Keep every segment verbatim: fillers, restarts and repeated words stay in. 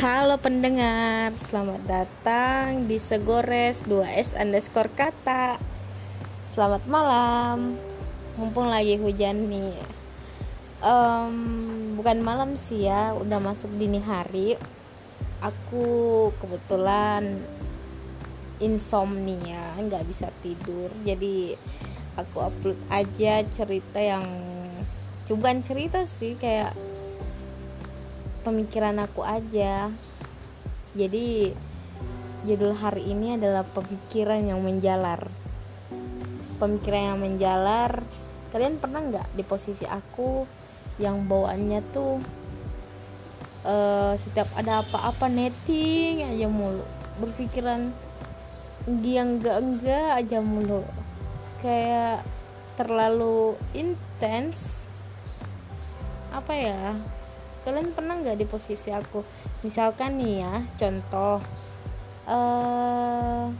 Halo pendengar, selamat datang di Segores dua S underscore kata. Selamat malam, mumpung lagi hujan nih. um, Bukan malam sih ya, udah masuk dini hari. Aku kebetulan insomnia, nggak bisa tidur. Jadi aku upload aja cerita yang bukan cerita sih, kayak pemikiran aku aja. Jadi judul hari ini adalah pemikiran yang menjalar. Pemikiran yang menjalar. Kalian pernah nggak di posisi aku yang bawaannya tuh uh, setiap ada apa-apa netting aja mulu, berpikiran yang enggak-enggak aja mulu, kayak terlalu intens. Apa ya? Kalian pernah nggak di posisi aku? Misalkan nih ya, contoh uh,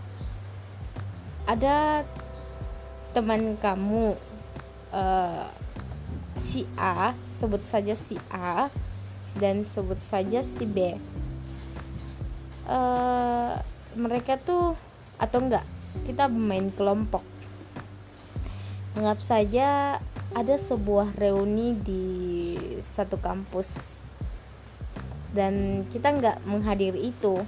ada teman kamu uh, si A, sebut saja si A dan sebut saja si B. Uh, mereka tuh, atau enggak, kita bermain kelompok. Anggap saja ada sebuah reuni di satu kampus dan kita nggak menghadiri itu.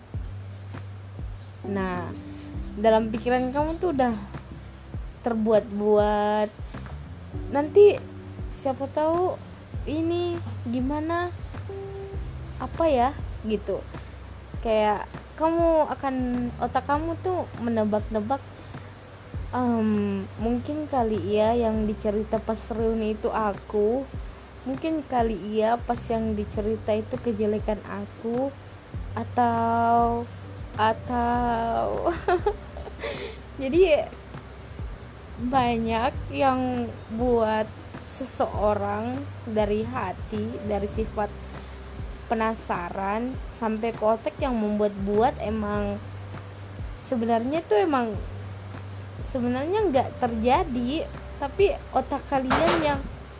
Nah, dalam pikiran kamu tuh udah terbuat-buat, nanti siapa tahu ini gimana, apa ya gitu. Kayak kamu akan, otak kamu tuh menebak-nebak, Um, mungkin kali iya yang dicerita pas reuni itu aku, mungkin kali iya pas yang dicerita itu kejelekan aku, atau atau jadi banyak yang buat seseorang dari hati, dari sifat penasaran sampai ke otak yang membuat-buat. Emang sebenarnya tuh emang sebenarnya nggak terjadi, tapi otak kalian yang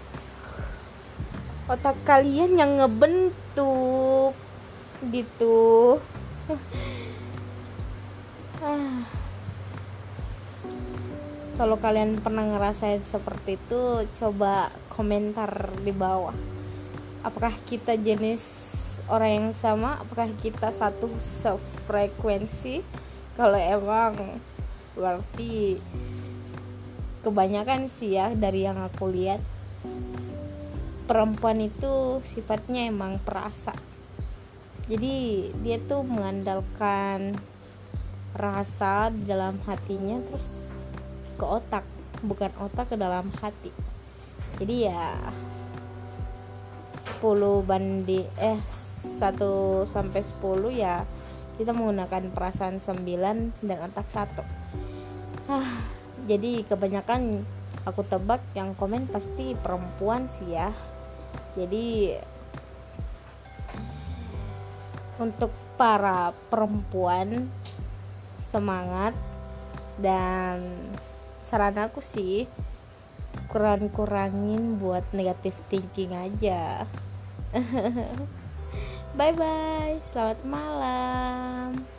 otak kalian yang ngebentuk gitu. Kalau kalian pernah ngerasain seperti itu, coba komentar di bawah. Apakah kita jenis orang yang sama? Apakah kita satu sefrekuensi? Kalau emang, berarti kebanyakan sih ya, dari yang aku lihat, perempuan itu sifatnya emang perasa. Jadi dia tuh mengandalkan rasa di dalam hatinya terus ke otak, bukan otak ke dalam hati. Jadi ya sepuluh banding eh satu sampai sepuluh ya, kita menggunakan perasaan sembilan dan otak satu. Ah, jadi kebanyakan aku tebak yang komen pasti perempuan sih ya. Jadi untuk para perempuan, semangat, dan saran aku sih kurang-kurangin buat negative thinking aja. Bye bye, selamat malam.